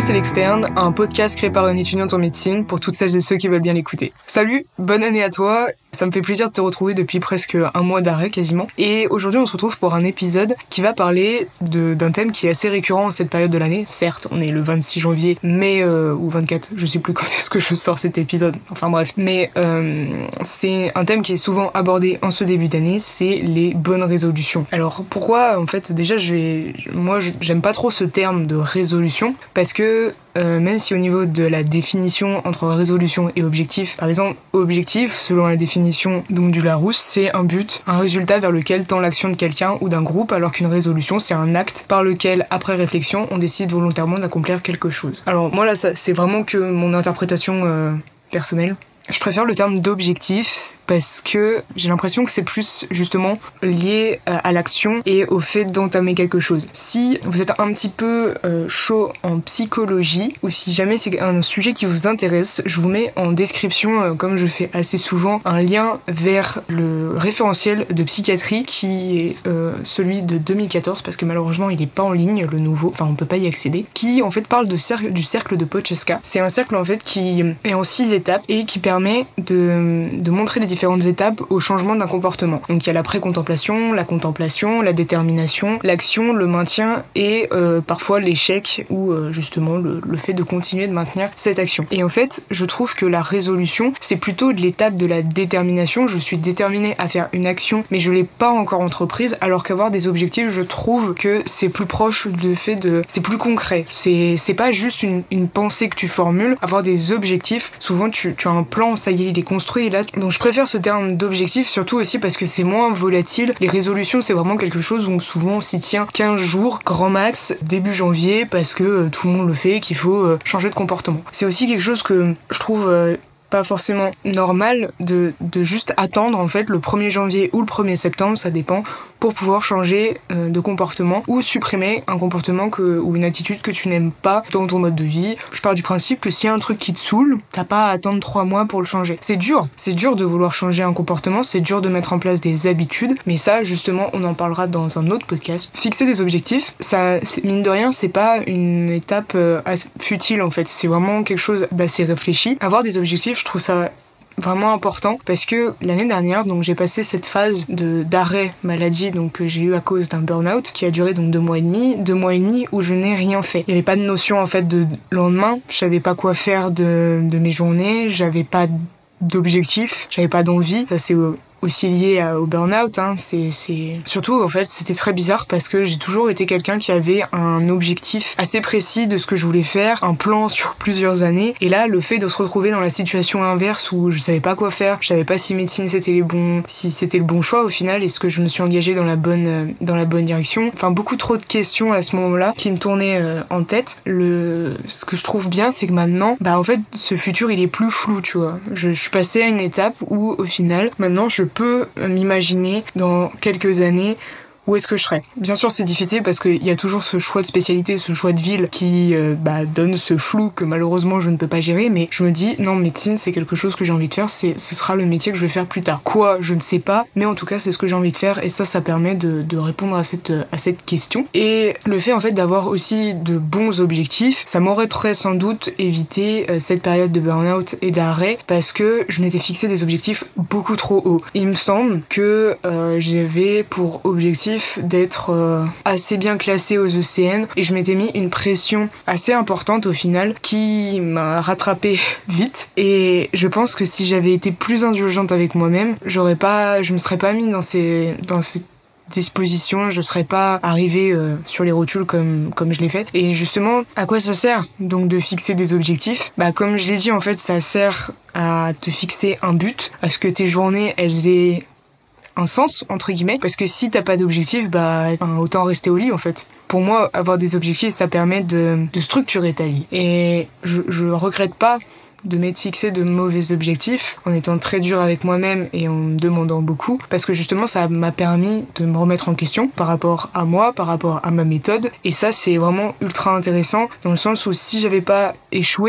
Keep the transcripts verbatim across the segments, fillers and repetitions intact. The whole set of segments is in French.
Salut, c'est l'Externe, un podcast créé par une étudiante en médecine pour toutes celles et ceux qui veulent bien l'écouter. Salut, bonne année à toi. Ça me fait plaisir de te retrouver depuis presque un mois d'arrêt quasiment. Et aujourd'hui, on se retrouve pour un épisode qui va parler de, d'un thème qui est assez récurrent en cette période de l'année. Certes, on est le vingt-six janvier, mais euh, ou vingt-quatre, je sais plus quand est-ce que je sors cet épisode. Enfin bref, mais euh, c'est un thème qui est souvent abordé en ce début d'année, c'est les bonnes résolutions. Alors pourquoi en fait déjà je vais, moi j'aime pas trop ce terme de résolution parce que Euh, même si au niveau de la définition entre résolution et objectif, par exemple, objectif, selon la définition donc du Larousse, c'est un but, un résultat vers lequel tend l'action de quelqu'un ou d'un groupe, alors qu'une résolution, c'est un acte par lequel, après réflexion, on décide volontairement d'accomplir quelque chose. Alors moi là, ça, c'est vraiment que mon interprétation euh, personnelle. Je préfère le terme d'objectif parce que j'ai l'impression que c'est plus justement lié à l'action et au fait d'entamer quelque chose. Si vous êtes un petit peu euh, chaud en psychologie ou si jamais c'est un sujet qui vous intéresse, je vous mets en description, euh, comme je fais assez souvent, un lien vers le référentiel de psychiatrie qui est euh, celui de deux mille quatorze parce que malheureusement il n'est pas en ligne, le nouveau, enfin on peut pas y accéder, qui en fait parle de cercle, du cercle de Podcheska. C'est un cercle en fait qui est en six étapes et qui permet de, de montrer les différentes étapes au changement d'un comportement. Donc il y a la pré-contemplation, la contemplation, la détermination, l'action, le maintien et euh, parfois l'échec ou euh, justement le, le fait de continuer de maintenir cette action. Et en fait, je trouve que la résolution, c'est plutôt de l'étape de la détermination. Je suis déterminée à faire une action, mais je l'ai pas encore entreprise, alors qu'avoir des objectifs, je trouve que c'est plus proche du fait de... C'est plus concret. C'est, c'est pas juste une, une pensée que tu formules. Avoir des objectifs, souvent tu, tu as un plan, ça y est, il est construit, et là... Donc je préfère ce terme d'objectif, surtout aussi parce que c'est moins volatile. Les résolutions, c'est vraiment quelque chose où souvent on s'y tient quinze jours, grand max, début janvier, parce que euh, tout le monde le fait, qu'il faut euh, changer de comportement. C'est aussi quelque chose que je trouve... Euh, pas forcément normal de, de juste attendre en fait le premier janvier ou le premier septembre, ça dépend, pour pouvoir changer euh, de comportement ou supprimer un comportement que, ou une attitude que tu n'aimes pas dans ton mode de vie. Je pars du principe que s'il y a un truc qui te saoule, t'as pas à attendre trois mois pour le changer. C'est dur, c'est dur de vouloir changer un comportement, c'est dur de mettre en place des habitudes, mais ça justement on en parlera dans un autre podcast. Fixer des objectifs, ça, c'est, mine de rien, c'est pas une étape euh, futile en fait, c'est vraiment quelque chose d'assez réfléchi. Avoir des objectifs, je trouve ça vraiment important parce que l'année dernière donc j'ai passé cette phase de d'arrêt maladie donc que j'ai eu à cause d'un burn-out qui a duré donc deux mois et demi deux mois et demi où je n'ai rien fait. Il y avait pas de notion en fait de lendemain, je savais pas quoi faire de de mes journées, j'avais pas d'objectif, j'avais pas d'envie. Ça c'est aussi lié à, au burn-out, hein. c'est, c'est... Surtout, en fait, c'était très bizarre parce que j'ai toujours été quelqu'un qui avait un objectif assez précis de ce que je voulais faire, un plan sur plusieurs années. Et là, le fait de se retrouver dans la situation inverse où je savais pas quoi faire, je savais pas si médecine c'était les bons, si c'était le bon choix au final, est-ce que je me suis engagée dans la bonne, dans la bonne direction. Enfin, beaucoup trop de questions à ce moment-là qui me tournaient euh, en tête. Le... Ce que je trouve bien, c'est que maintenant, bah, en fait, ce futur, il est plus flou, tu vois. Je, je suis passée à une étape où, au final, maintenant, je peux m'imaginer dans quelques années où est-ce que je serais. Bien sûr, c'est difficile parce qu'il y a toujours ce choix de spécialité, ce choix de ville qui euh, bah, donne ce flou que malheureusement je ne peux pas gérer, mais je me dis, non, médecine, c'est quelque chose que j'ai envie de faire, c'est, ce sera le métier que je vais faire plus tard. Quoi, je ne sais pas, mais en tout cas, c'est ce que j'ai envie de faire et ça, ça permet de, de répondre à cette, à cette question. Et le fait, en fait, d'avoir aussi de bons objectifs, ça m'aurait très sans doute évité euh, cette période de burn-out et d'arrêt parce que je m'étais fixé des objectifs beaucoup trop hauts. Il me semble que euh, j'avais pour objectif d'être euh, assez bien classée aux E C N et je m'étais mis une pression assez importante au final qui m'a rattrapée vite et je pense que si j'avais été plus indulgente avec moi-même, j'aurais pas, je me serais pas mis dans ces, dans ces dispositions, je serais pas arrivée euh, sur les rotules comme, comme je l'ai fait. Et justement, à quoi ça sert donc de fixer des objectifs ? Bah comme je l'ai dit, en fait, ça sert à te fixer un but, à ce que tes journées, elles aient un sens, entre guillemets, parce que si t'as pas d'objectif, bah autant rester au lit en fait. Pour moi, avoir des objectifs, ça permet de, de structurer ta vie. Et je, je regrette pas de m'être fixé de mauvais objectifs en étant très dur avec moi-même et en me demandant beaucoup parce que justement ça m'a permis de me remettre en question par rapport à moi, par rapport à ma méthode et ça c'est vraiment ultra intéressant dans le sens où si j'avais pas échoué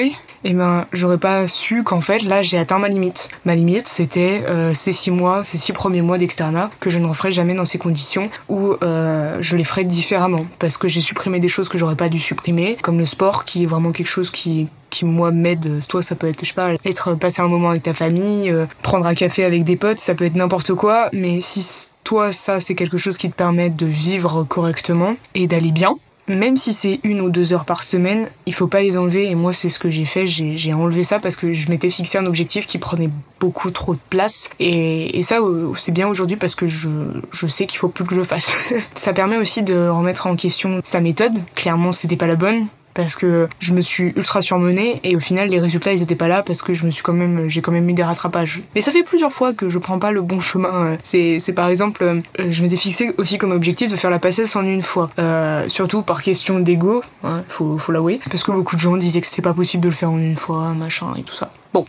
et ben j'aurais pas su qu'en fait là j'ai atteint ma limite. Ma limite c'était euh, ces six mois, ces six premiers mois d'externat que je ne referai jamais dans ces conditions où euh, je les ferai différemment parce que j'ai supprimé des choses que j'aurais pas dû supprimer, comme le sport qui est vraiment quelque chose qui qui moi m'aide. Toi ça peut être je sais pas être passer un moment avec ta famille, euh, prendre un café avec des potes, ça peut être n'importe quoi, mais si toi ça c'est quelque chose qui te permet de vivre correctement et d'aller bien, même si c'est une ou deux heures par semaine, il faut pas les enlever. Et moi, c'est ce que j'ai fait. J'ai, j'ai enlevé ça parce que je m'étais fixé un objectif qui prenait beaucoup trop de place. Et, et ça, c'est bien aujourd'hui parce que je, je sais qu'il faut plus que je le fasse. Ça permet aussi de remettre en question sa méthode. Clairement, c'était pas la bonne. Parce que je me suis ultra surmenée et au final les résultats ils étaient pas là parce que je me suis quand même j'ai quand même eu des rattrapages. Mais ça fait plusieurs fois que je prends pas le bon chemin. C'est c'est par exemple je m'étais fixé aussi comme objectif de faire la passesse en une fois. Euh, surtout par question d'ego, hein, faut faut l'avouer, parce que beaucoup de gens disaient que c'était pas possible de le faire en une fois, machin et tout ça. Bon,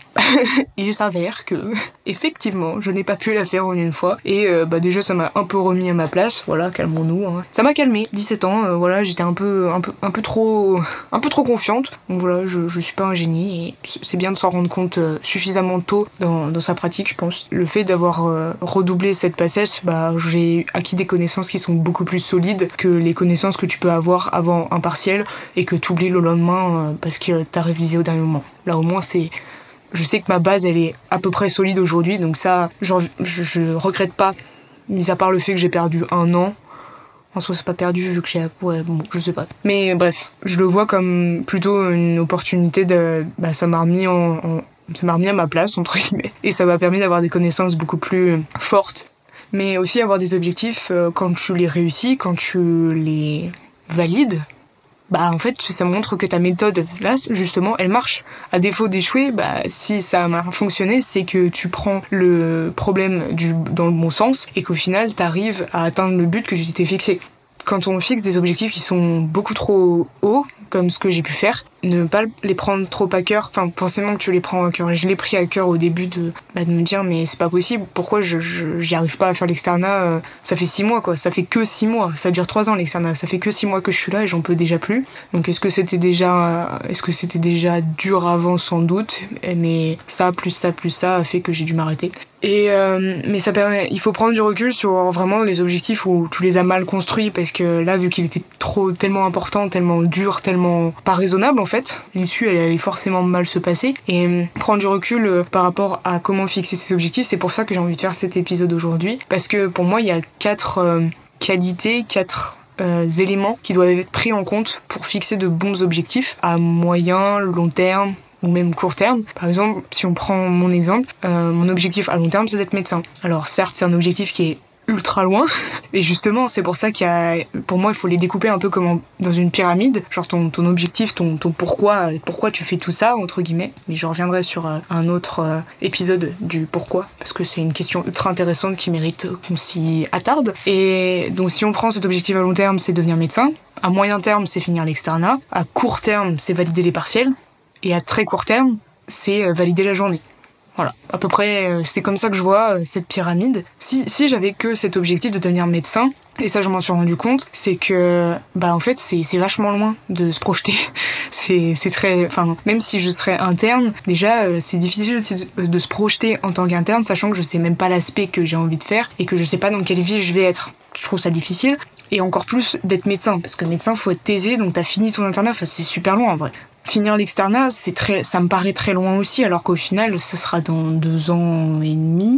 il s'avère que, effectivement, je n'ai pas pu la faire en une fois. Et euh, bah déjà, ça m'a un peu remis à ma place. Voilà, calmons-nous. Hein. Ça m'a calmé. dix-sept ans, euh, voilà, j'étais un peu, un peu, un peu trop, un peu trop confiante. Donc voilà, je, je suis pas un génie. Et c'est bien de s'en rendre compte euh, suffisamment tôt dans, dans sa pratique, je pense. Le fait d'avoir euh, redoublé cette passesse, bah j'ai acquis des connaissances qui sont beaucoup plus solides que les connaissances que tu peux avoir avant un partiel et que tu oublies le lendemain euh, parce que t'as révisé au dernier moment. Là, au moins, c'est je sais que ma base, elle est à peu près solide aujourd'hui, donc ça, je, je, je regrette pas, mis à part le fait que j'ai perdu un an. En soi, c'est pas perdu vu que j'ai... Ouais, bon, je sais pas. Mais bref, je le vois comme plutôt une opportunité de... Bah, ça m'a remis en, en... ça m'a remis à ma place, entre guillemets. Et ça m'a permis d'avoir des connaissances beaucoup plus fortes. Mais aussi avoir des objectifs, euh, quand tu les réussis, quand tu les valides, bah en fait ça montre que ta méthode là justement elle marche. À défaut d'échouer, bah si ça a fonctionné, c'est que tu prends le problème du dans le bon sens et qu'au final t'arrives à atteindre le but que tu t'étais fixé. Quand on fixe des objectifs qui sont beaucoup trop hauts, comme ce que j'ai pu faire, ne pas les prendre trop à cœur. Enfin, forcément que tu les prends à cœur. Je l'ai pris à cœur au début de, bah, de me dire, mais c'est pas possible. Pourquoi je, je j'y arrive pas à faire l'externat euh, ça fait six mois, quoi. Ça fait que six mois. Ça dure trois ans, l'externat. Ça fait que six mois que je suis là et j'en peux déjà plus. Donc, est-ce que c'était déjà, est-ce que c'était déjà dur avant, sans doute? Mais ça, plus ça, plus ça a fait que j'ai dû m'arrêter. Et euh, mais ça permet, il faut prendre du recul sur vraiment les objectifs où tu les as mal construits parce que là, vu qu'il était trop, tellement important, tellement dur, tellement pas raisonnable en fait, l'issue elle allait forcément mal se passer. Et euh, prendre du recul euh, par rapport à comment fixer ses objectifs, c'est pour ça que j'ai envie de faire cet épisode aujourd'hui parce que pour moi il y a quatre euh, qualités, quatre euh, éléments qui doivent être pris en compte pour fixer de bons objectifs à moyen, long terme ou même court terme. Par exemple, si on prend mon exemple, euh, mon objectif à long terme, c'est d'être médecin. Alors certes, c'est un objectif qui est ultra loin, et justement, c'est pour ça qu'il y a, pour moi, il faut les découper un peu comme en, dans une pyramide, genre ton, ton objectif, ton, ton pourquoi, pourquoi tu fais tout ça, entre guillemets. Mais je reviendrai sur euh, un autre euh, épisode du pourquoi, parce que c'est une question ultra intéressante qui mérite qu'on s'y attarde. Et donc, si on prend cet objectif à long terme, c'est devenir médecin. À moyen terme, c'est finir l'externat. À court terme, c'est valider les partiels. Et à très court terme, c'est valider la journée. Voilà, à peu près, c'est comme ça que je vois cette pyramide. Si, si j'avais que cet objectif de devenir médecin, et ça je m'en suis rendu compte, c'est que, bah en fait, c'est, c'est vachement loin de se projeter. C'est, c'est très, enfin, même si je serais interne, déjà, c'est difficile de, de se projeter en tant qu'interne, sachant que je sais même pas l'aspect que j'ai envie de faire, et que je sais pas dans quelle vie je vais être. Je trouve ça difficile. Et encore plus d'être médecin, parce que médecin, faut être taisé, donc t'as fini ton internat, enfin, c'est super loin en vrai. Finir l'externat, c'est très, ça me paraît très loin aussi, alors qu'au final, ce sera dans deux ans et demi.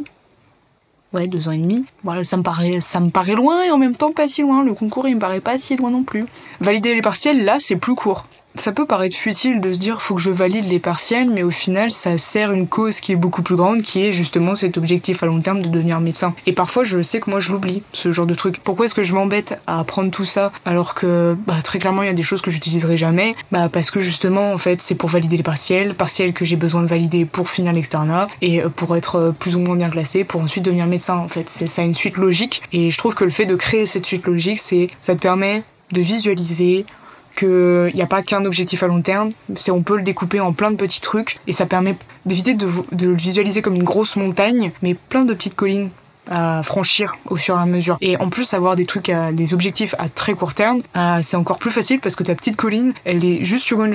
Ouais, deux ans et demi. Voilà, ça me paraît, ça me paraît loin et en même temps pas si loin. Le concours, il me paraît pas si loin non plus. Valider les partiels, là, c'est plus court. Ça peut paraître futile de se dire faut que je valide les partiels, mais au final ça sert une cause qui est beaucoup plus grande, qui est justement cet objectif à long terme de devenir médecin. Et parfois je sais que moi je l'oublie, ce genre de truc. Pourquoi est-ce que je m'embête à apprendre tout ça alors que bah, très clairement il y a des choses que j'utiliserai jamais? Bah parce que justement en fait c'est pour valider les partiels, partiels que j'ai besoin de valider pour finir l'externat et pour être plus ou moins bien classé pour ensuite devenir médecin. En fait c'est ça a une suite logique et je trouve que le fait de créer cette suite logique, c'est ça te permet de visualiser qu'il n'y a pas qu'un objectif à long terme, c'est, on peut le découper en plein de petits trucs et ça permet d'éviter de, de le visualiser comme une grosse montagne, mais plein de petites collines à franchir au fur et à mesure. Et en plus, avoir des trucs, à, des objectifs à très court terme, à, c'est encore plus facile parce que ta petite colline, elle est juste sur une journée.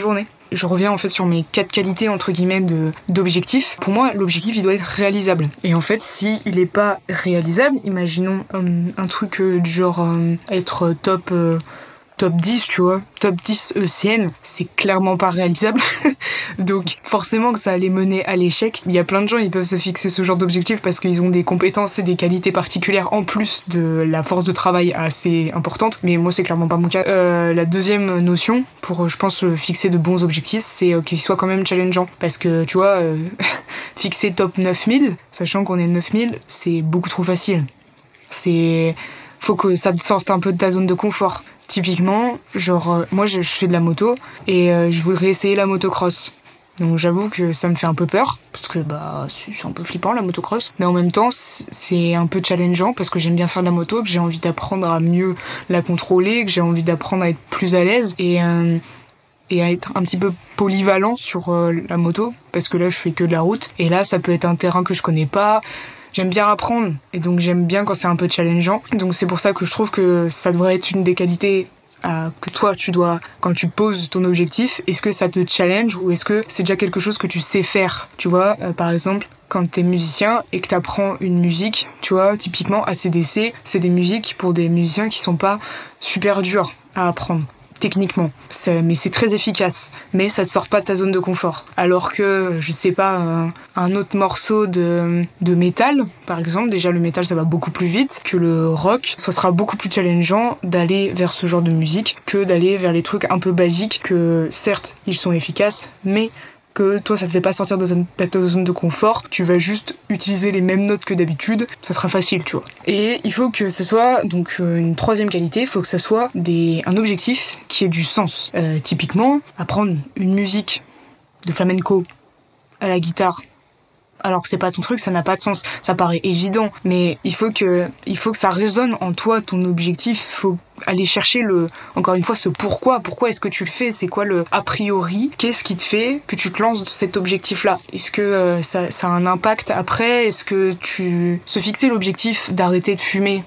je reviens en fait sur mes quatre qualités entre guillemets de, d'objectif. Pour moi, l'objectif il doit être réalisable. Et en fait, si il est pas réalisable, imaginons un, un truc euh, du genre euh, être top euh, top dix, tu vois, top dix E C N, c'est clairement pas réalisable. Donc forcément que ça allait mener à l'échec. Il y a plein de gens, ils peuvent se fixer ce genre d'objectif parce qu'ils ont des compétences et des qualités particulières en plus de la force de travail assez importante. Mais moi, c'est clairement pas mon cas. Euh, la deuxième notion pour, je pense, fixer de bons objectifs, c'est euh, qu'ils soient quand même challengeants. Parce que, tu vois, euh, fixer top neuf mille, sachant qu'on est neuf mille, c'est beaucoup trop facile. C'est... Faut que ça te sorte un peu de ta zone de confort. Typiquement, genre, euh, moi je, je fais de la moto et euh, je voudrais essayer la motocross. Donc j'avoue que ça me fait un peu peur, parce que bah c'est un peu flippant la motocross. Mais en même temps, c'est un peu challengeant parce que j'aime bien faire de la moto, que j'ai envie d'apprendre à mieux la contrôler, que j'ai envie d'apprendre à être plus à l'aise et, euh, et à être un petit peu polyvalent sur euh, la moto, parce que là je fais que de la route. Et là ça peut être un terrain que je connais pas. J'aime bien apprendre, et donc j'aime bien quand c'est un peu challengeant. Donc c'est pour ça que je trouve que ça devrait être une des qualités euh, que toi tu dois, quand tu poses ton objectif, est-ce que ça te challenge ou est-ce que c'est déjà quelque chose que tu sais faire, tu vois, euh, par exemple quand t'es musicien et que t'apprends une musique, tu vois, typiquement A C D C, c'est des musiques pour des musiciens qui sont pas super dures à apprendre. Techniquement, c'est, mais c'est très efficace, mais ça te sort pas de ta zone de confort. Alors que, je sais pas, un, un autre morceau de, de métal, par exemple, déjà le métal ça va beaucoup plus vite que le rock, ça sera beaucoup plus challengeant d'aller vers ce genre de musique que d'aller vers les trucs un peu basiques que, certes, ils sont efficaces, mais que toi ça te fait pas sortir de ta zone de confort, tu vas juste utiliser les mêmes notes que d'habitude, ça sera facile, tu vois. Et il faut que ce soit, donc euh, une troisième qualité, il faut que ça soit des, un objectif qui ait du sens. Euh, typiquement, apprendre une musique de flamenco à la guitare, alors que c'est pas ton truc, ça n'a pas de sens. Ça paraît évident, mais il faut que, il faut que ça résonne en toi, ton objectif. Il faut aller chercher le, encore une fois, ce pourquoi. Pourquoi est-ce que tu le fais? C'est quoi le a priori? Qu'est-ce qui te fait que tu te lances de cet objectif-là? Est-ce que euh, ça, ça a un impact après? Est-ce que tu... Se fixer l'objectif d'arrêter de fumer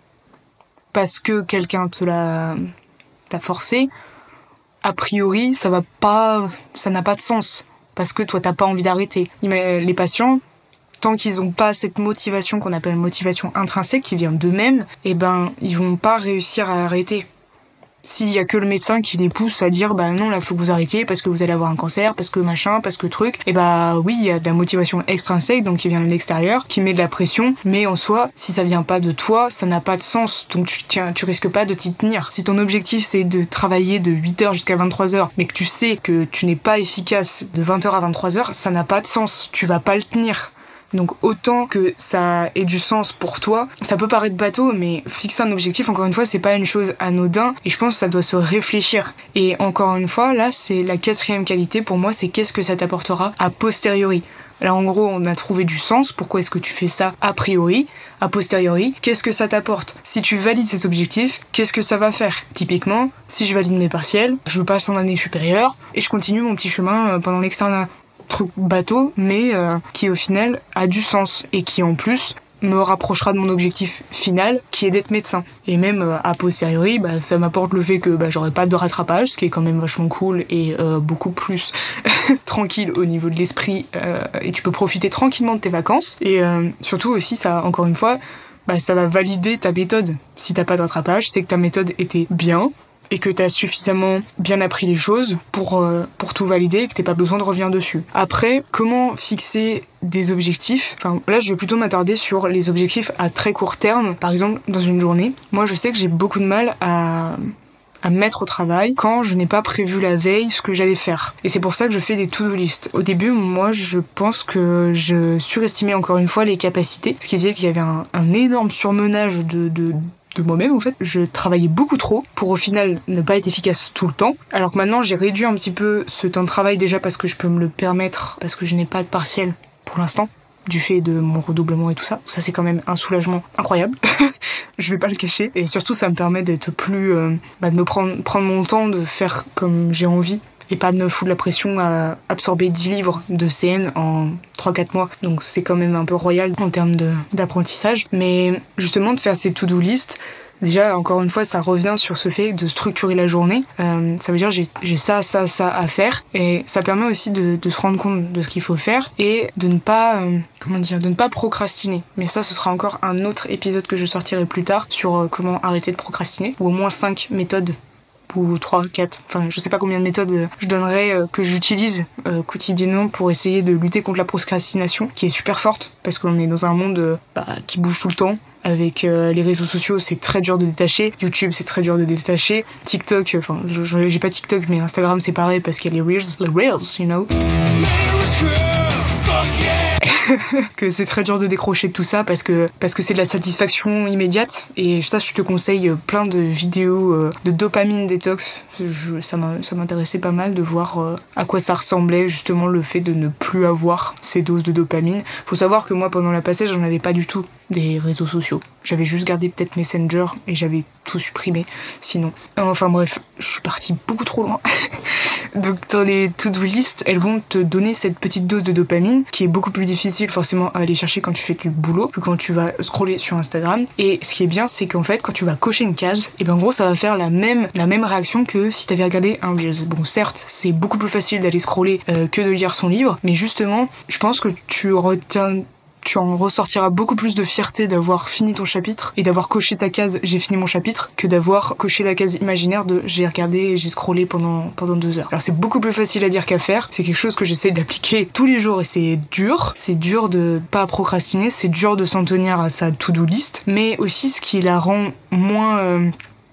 parce que quelqu'un te l'a, t'a forcé, a priori, ça va pas, ça n'a pas de sens. Parce que toi, t'as pas envie d'arrêter. Les patients, tant qu'ils ont pas cette motivation qu'on appelle motivation intrinsèque, qui vient d'eux-mêmes, eh ben, ils vont pas réussir à arrêter. S'il y a que le médecin qui les pousse à dire, bah non, là, faut que vous arrêtiez parce que vous allez avoir un cancer, parce que machin, parce que truc, et bah oui, il y a de la motivation extrinsèque, donc qui vient de l'extérieur, qui met de la pression, mais en soi, si ça vient pas de toi, ça n'a pas de sens, donc tu tiens, tu risques pas de t'y tenir. Si ton objectif c'est de travailler de huit heures jusqu'à vingt-trois heures, mais que tu sais que tu n'es pas efficace de vingt heures à vingt-trois heures, ça n'a pas de sens, tu vas pas le tenir. Donc autant que ça ait du sens pour toi, ça peut paraître bateau, mais fixer un objectif, encore une fois, c'est pas une chose anodin, et je pense que ça doit se réfléchir. Et encore une fois, là, c'est la quatrième qualité pour moi, c'est qu'est-ce que ça t'apportera a posteriori. Là, en gros, on a trouvé du sens. Pourquoi est-ce que tu fais ça a priori, a posteriori? Qu'est-ce que ça t'apporte? Si tu valides cet objectif, qu'est-ce que ça va faire? Typiquement, si je valide mes partiels, je passe en année supérieure et je continue mon petit chemin pendant l'externat. Truc bateau, mais euh, qui au final a du sens et qui en plus me rapprochera de mon objectif final qui est d'être médecin. Et même euh, a posteriori, bah, ça m'apporte le fait que bah, j'aurai pas de rattrapage, ce qui est quand même vachement cool et euh, beaucoup plus tranquille au niveau de l'esprit euh, et tu peux profiter tranquillement de tes vacances. Et euh, surtout aussi, ça, encore une fois, bah, ça va valider ta méthode. Si t'as pas de rattrapage, c'est que ta méthode était bien et que t'as suffisamment bien appris les choses pour, euh, pour tout valider et que t'aies pas besoin de revenir dessus. Après, comment fixer des objectifs? Enfin, là, je vais plutôt m'attarder sur les objectifs à très court terme. Par exemple, dans une journée, moi, je sais que j'ai beaucoup de mal à... à me mettre au travail quand je n'ai pas prévu la veille ce que j'allais faire. Et c'est pour ça que je fais des to-do list. Au début, moi, je pense que je surestimais encore une fois les capacités, ce qui faisait qu'il y avait un, un énorme surmenage de... de de moi-même en fait. Je travaillais beaucoup trop pour au final ne pas être efficace tout le temps. Alors que maintenant j'ai réduit un petit peu ce temps de travail déjà parce que je peux me le permettre, parce que je n'ai pas de partiel pour l'instant, du fait de mon redoublement et tout ça. Ça c'est quand même un soulagement incroyable. Je vais pas le cacher. Et surtout ça me permet d'être plus... Euh, bah, de me prendre, prendre mon temps, de faire comme j'ai envie. et pas de me foutre la pression à absorber dix livres de C N en trois quatre mois. Donc c'est quand même un peu royal en termes de, d'apprentissage. Mais justement, de faire ces to-do list, déjà, encore une fois, ça revient sur ce fait de structurer la journée. Euh, ça veut dire j'ai, j'ai ça, ça, ça à faire. Et ça permet aussi de, de se rendre compte de ce qu'il faut faire et de ne pas, euh, comment dire, de ne pas procrastiner. Mais ça, ce sera encore un autre épisode que je sortirai plus tard sur euh, comment arrêter de procrastiner. Ou au moins cinq méthodes, ou trois, quatre, enfin je sais pas combien de méthodes je donnerai, euh, que j'utilise euh, quotidiennement pour essayer de lutter contre la procrastination, qui est super forte, parce qu'on est dans un monde euh, bah, qui bouge tout le temps. Avec euh, les réseaux sociaux, c'est très dur de détacher. YouTube, c'est très dur de détacher. TikTok, enfin, je, je, j'ai pas TikTok, mais Instagram, c'est pareil parce qu'il y a les Reels, les Reels, you know. Que c'est très dur de décrocher de tout ça parce que parce que c'est de la satisfaction immédiate. Et ça, je te conseille plein de vidéos euh, de dopamine détox. Je, ça, m'a, ça m'intéressait pas mal de voir euh, à quoi ça ressemblait justement le fait de ne plus avoir ces doses de dopamine. Faut savoir que moi, pendant la passage, j'en avais pas du tout des réseaux sociaux. J'avais juste gardé peut-être Messenger et j'avais tout supprimé sinon. Enfin bref, je suis partie beaucoup trop loin. Donc dans les to-do list, elles vont te donner cette petite dose de dopamine qui est beaucoup plus difficile forcément à aller chercher quand tu fais du boulot que quand tu vas scroller sur Instagram. Et ce qui est bien, c'est qu'en fait, quand tu vas cocher une case, et ben en gros, ça va faire la même la même réaction que si t'avais regardé un Reels. Bon, certes, c'est beaucoup plus facile d'aller scroller euh, que de lire son livre, mais justement, je pense que tu retiens tu en ressortiras beaucoup plus de fierté d'avoir fini ton chapitre et d'avoir coché ta case j'ai fini mon chapitre que d'avoir coché la case imaginaire de j'ai regardé et j'ai scrollé pendant pendant deux heures. Alors c'est beaucoup plus facile à dire qu'à faire, c'est quelque chose que j'essaie d'appliquer tous les jours et c'est dur, c'est dur de pas procrastiner, c'est dur de s'en tenir à sa to-do list, mais aussi ce qui la rend moins euh,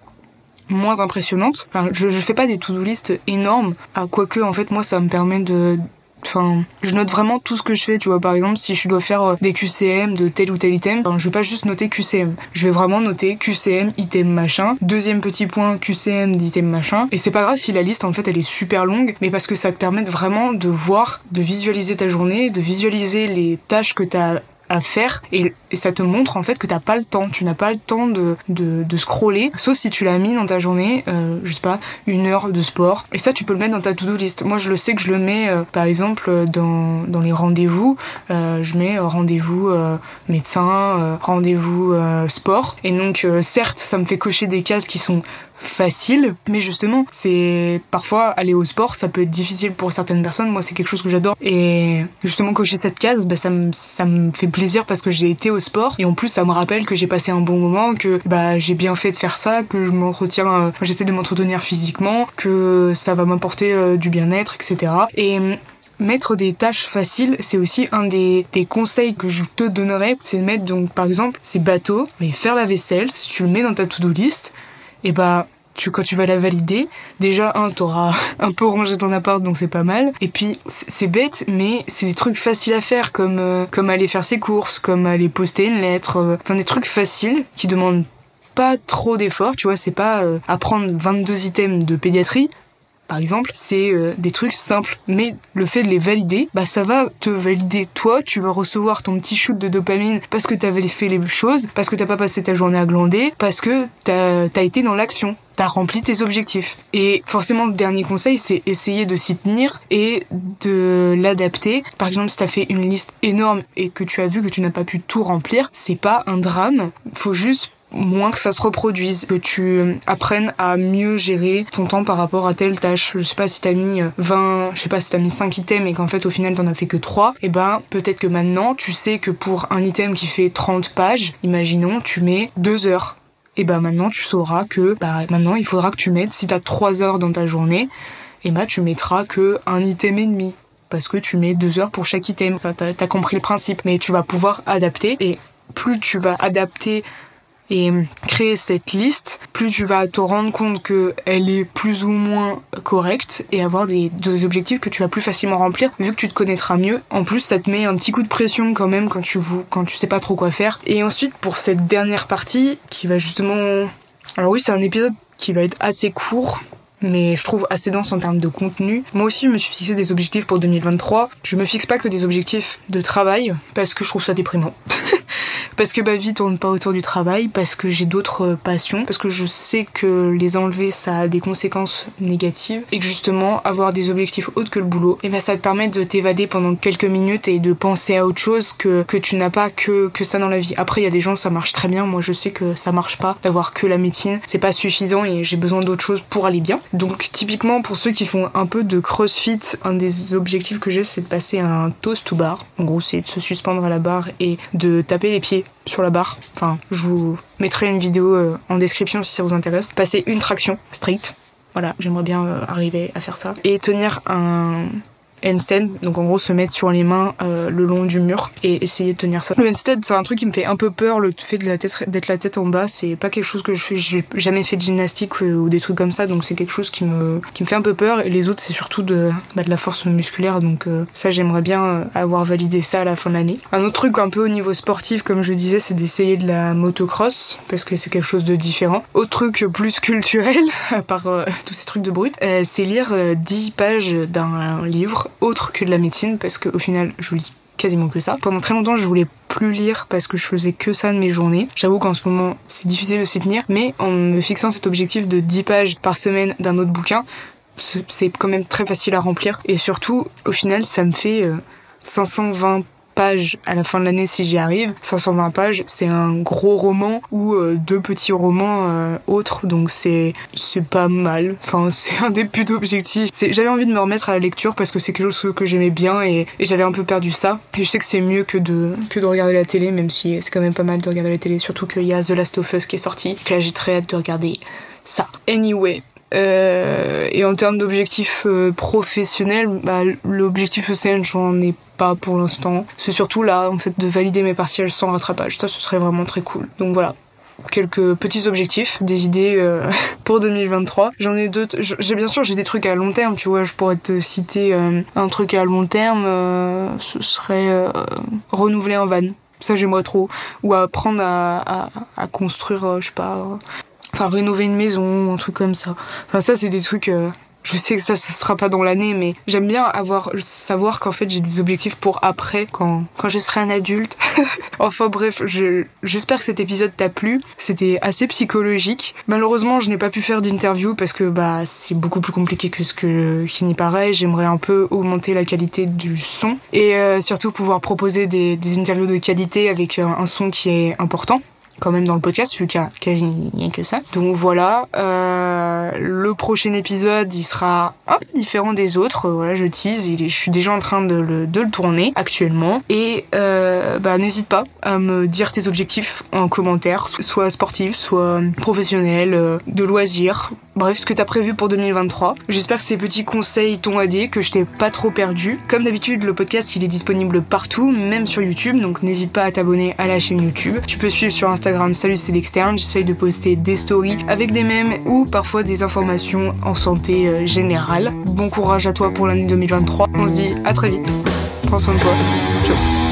moins impressionnante. Enfin, je, je fais pas des to-do list énormes, à quoique en fait moi ça me permet de Enfin, je note vraiment tout ce que je fais, tu vois. Par exemple, si je dois faire des Q C M de tel ou tel item, enfin, je vais pas juste noter Q C M. Je vais vraiment noter Q C M, item machin. Deuxième petit point, Q C M d'item machin. Et c'est pas grave si la liste, en fait, elle est super longue, mais parce que ça te permet vraiment de voir, de visualiser ta journée, de visualiser les tâches que t'as à faire et, et ça te montre en fait que t'as pas le temps, tu n'as pas le temps de, de, de scroller, sauf si tu l'as mis dans ta journée, euh, je sais pas, une heure de sport, et ça tu peux le mettre dans ta to-do list. Moi je le sais que je le mets euh, par exemple dans, dans les rendez-vous, euh, je mets euh, rendez-vous euh, médecin, euh, rendez-vous euh, sport, et donc euh, certes ça me fait cocher des cases qui sont facile, mais justement c'est parfois aller au sport ça peut être difficile pour certaines personnes. Moi c'est quelque chose que j'adore et justement cocher cette case bah, ça me ça me fait plaisir parce que j'ai été au sport et en plus ça me rappelle que j'ai passé un bon moment, que bah j'ai bien fait de faire ça, que je m'entretiens euh, j'essaie de m'entretenir physiquement, que ça va m'apporter euh, du bien-être, etc. Et mettre des tâches faciles, c'est aussi un des, des conseils que je te donnerais, c'est de mettre donc par exemple c'est bateau, mais faire la vaisselle, si tu le mets dans ta to-do list, et bah tu, quand tu vas la valider, déjà un t'auras un peu rangé ton appart donc c'est pas mal, et puis c'est, c'est bête mais c'est des trucs faciles à faire comme, euh, comme aller faire ses courses, comme aller poster une lettre, euh, enfin des trucs faciles qui demandent pas trop d'efforts, tu vois, c'est pas euh, apprendre vingt-deux items de pédiatrie par exemple, c'est euh, des trucs simples, mais le fait de les valider, bah ça va te valider toi, tu vas recevoir ton petit shoot de dopamine parce que t'avais fait les choses, parce que t'as pas passé ta journée à glander, parce que t'as, t'as été dans l'action, t'as rempli tes objectifs. Et forcément, le dernier conseil, c'est essayer de s'y tenir et de l'adapter. Par exemple, si t'as fait une liste énorme et que tu as vu que tu n'as pas pu tout remplir, c'est pas un drame, faut juste moins que ça se reproduise, que tu apprennes à mieux gérer ton temps par rapport à telle tâche. Je sais pas si t'as mis vingt, je sais pas si t'as mis cinq items et qu'en fait au final t'en as fait que trois, et ben peut-être que maintenant tu sais que pour un item qui fait trente pages, imaginons, tu mets deux heures. Et ben maintenant tu sauras que bah maintenant il faudra que tu mettes, si t'as trois heures dans ta journée, et ben tu mettras que un item et demi. Parce que tu mets deux heures pour chaque item. Enfin, t'as, t'as compris le principe, mais tu vas pouvoir adapter, et plus tu vas adapter et créer cette liste, plus tu vas te rendre compte qu'elle est plus ou moins correcte et avoir des, des objectifs que tu vas plus facilement remplir vu que tu te connaîtras mieux. En plus, ça te met un petit coup de pression quand même quand tu, quand tu sais pas trop quoi faire. Et ensuite, pour cette dernière partie qui va justement... Alors oui, c'est un épisode qui va être assez court, mais je trouve assez dense en termes de contenu. Moi aussi, je me suis fixé des objectifs pour deux mille vingt-trois. Je me fixe pas que des objectifs de travail, parce que je trouve ça déprimant. parce que ma vie tourne pas autour du travail, parce que j'ai d'autres passions, parce que je sais que les enlever ça a des conséquences négatives et que justement avoir des objectifs autres que le boulot, et ben ça te permet de t'évader pendant quelques minutes et de penser à autre chose que, que tu n'as pas que, que ça dans la vie. Après il y a des gens ça marche très bien, moi je sais que ça marche pas, d'avoir que la médecine c'est pas suffisant et j'ai besoin d'autres choses pour aller bien. Donc typiquement pour ceux qui font un peu de crossfit, un des objectifs que j'ai c'est de passer à un toast to bar. En gros c'est de se suspendre à la barre et de taper les pieds sur la barre. Enfin je vous mettrai une vidéo euh, en description si ça vous intéresse. Passer une traction stricte. Voilà, j'aimerais bien euh, arriver à faire ça. Et tenir un handstand, donc en gros se mettre sur les mains euh, le long du mur et essayer de tenir ça. Le handstand c'est un truc qui me fait un peu peur, le fait de la tête, d'être la tête en bas, c'est pas quelque chose que je fais, j'ai jamais fait de gymnastique ou des trucs comme ça, donc c'est quelque chose qui me, qui me fait un peu peur, et les autres c'est surtout de, bah, de la force musculaire, donc euh, ça j'aimerais bien avoir validé ça à la fin de l'année. Un autre truc un peu au niveau sportif comme je disais c'est d'essayer de la motocross parce que c'est quelque chose de différent. Autre truc plus culturel à part euh, tous ces trucs de brut, euh, c'est lire euh, dix pages d'un livre autre que de la médecine parce qu'au final je lis quasiment que ça. Pendant très longtemps je voulais plus lire parce que je faisais que ça de mes journées. J'avoue qu'en ce moment c'est difficile de s'y tenir, mais en me fixant cet objectif de dix pages par semaine d'un autre bouquin, c'est quand même très facile à remplir et surtout au final ça me fait euh, cinq cent vingt pages à la fin de l'année si j'y arrive. cinq cent vingt pages, c'est un gros roman ou euh, deux petits romans euh, autres, donc c'est c'est pas mal. Enfin, c'est un des buts d'objectifs. J'avais envie de me remettre à la lecture parce que c'est quelque chose que j'aimais bien et, et j'avais un peu perdu ça. Et je sais que c'est mieux que de, que de regarder la télé, même si c'est quand même pas mal de regarder la télé, surtout qu'il y a The Last of Us qui est sorti, que là j'ai très hâte de regarder ça. Anyway. Euh, et en termes d'objectifs euh, professionnels, bah, l'objectif E C N j'en ai pas pour l'instant. C'est surtout là en fait de valider mes partiels sans rattrapage. Ça ce serait vraiment très cool. Donc voilà. Quelques petits objectifs, des idées euh, pour deux mille vingt-trois. J'en ai d'autres. J'ai bien sûr j'ai des trucs à long terme. Tu vois, je pourrais te citer euh, un truc à long terme. Euh, ce serait euh, renouveler un van. Ça j'aimerais trop. Ou apprendre à, à, à construire, euh, je sais pas. Euh, Enfin, rénover une maison, un truc comme ça. Enfin, ça, c'est des trucs... Euh, je sais que ça, ce sera pas dans l'année, mais j'aime bien avoir, savoir qu'en fait, j'ai des objectifs pour après, quand, quand je serai un adulte. Enfin, bref, je, j'espère que cet épisode t'a plu. C'était assez psychologique. Malheureusement, je n'ai pas pu faire d'interview parce que, bah, c'est beaucoup plus compliqué que ce que, qui n'y paraît. J'aimerais un peu augmenter la qualité du son et euh, surtout pouvoir proposer des, des interviews de qualité avec un, un son qui est important. Quand même dans le podcast, vu qu'il y a quasi rien que ça. Donc voilà, euh, le prochain épisode, il sera un peu différent des autres. Voilà, je tease, il est, je suis déjà en train de le, de le tourner actuellement. Et euh, bah n'hésite pas à me dire tes objectifs en commentaire, soit sportifs, soit professionnels, euh, de loisirs. Bref, ce que t'as prévu pour deux mille vingt-trois. J'espère que ces petits conseils t'ont aidé, que je t'ai pas trop perdu. Comme d'habitude, le podcast, il est disponible partout, même sur YouTube, donc n'hésite pas à t'abonner à la chaîne YouTube. Tu peux suivre sur Instagram, salut c'est l'externe, j'essaye de poster des stories avec des mèmes ou parfois des informations en santé euh, générale. Bon courage à toi pour l'année deux mille vingt-trois. On se dit à très vite. Prends soin de toi. Ciao.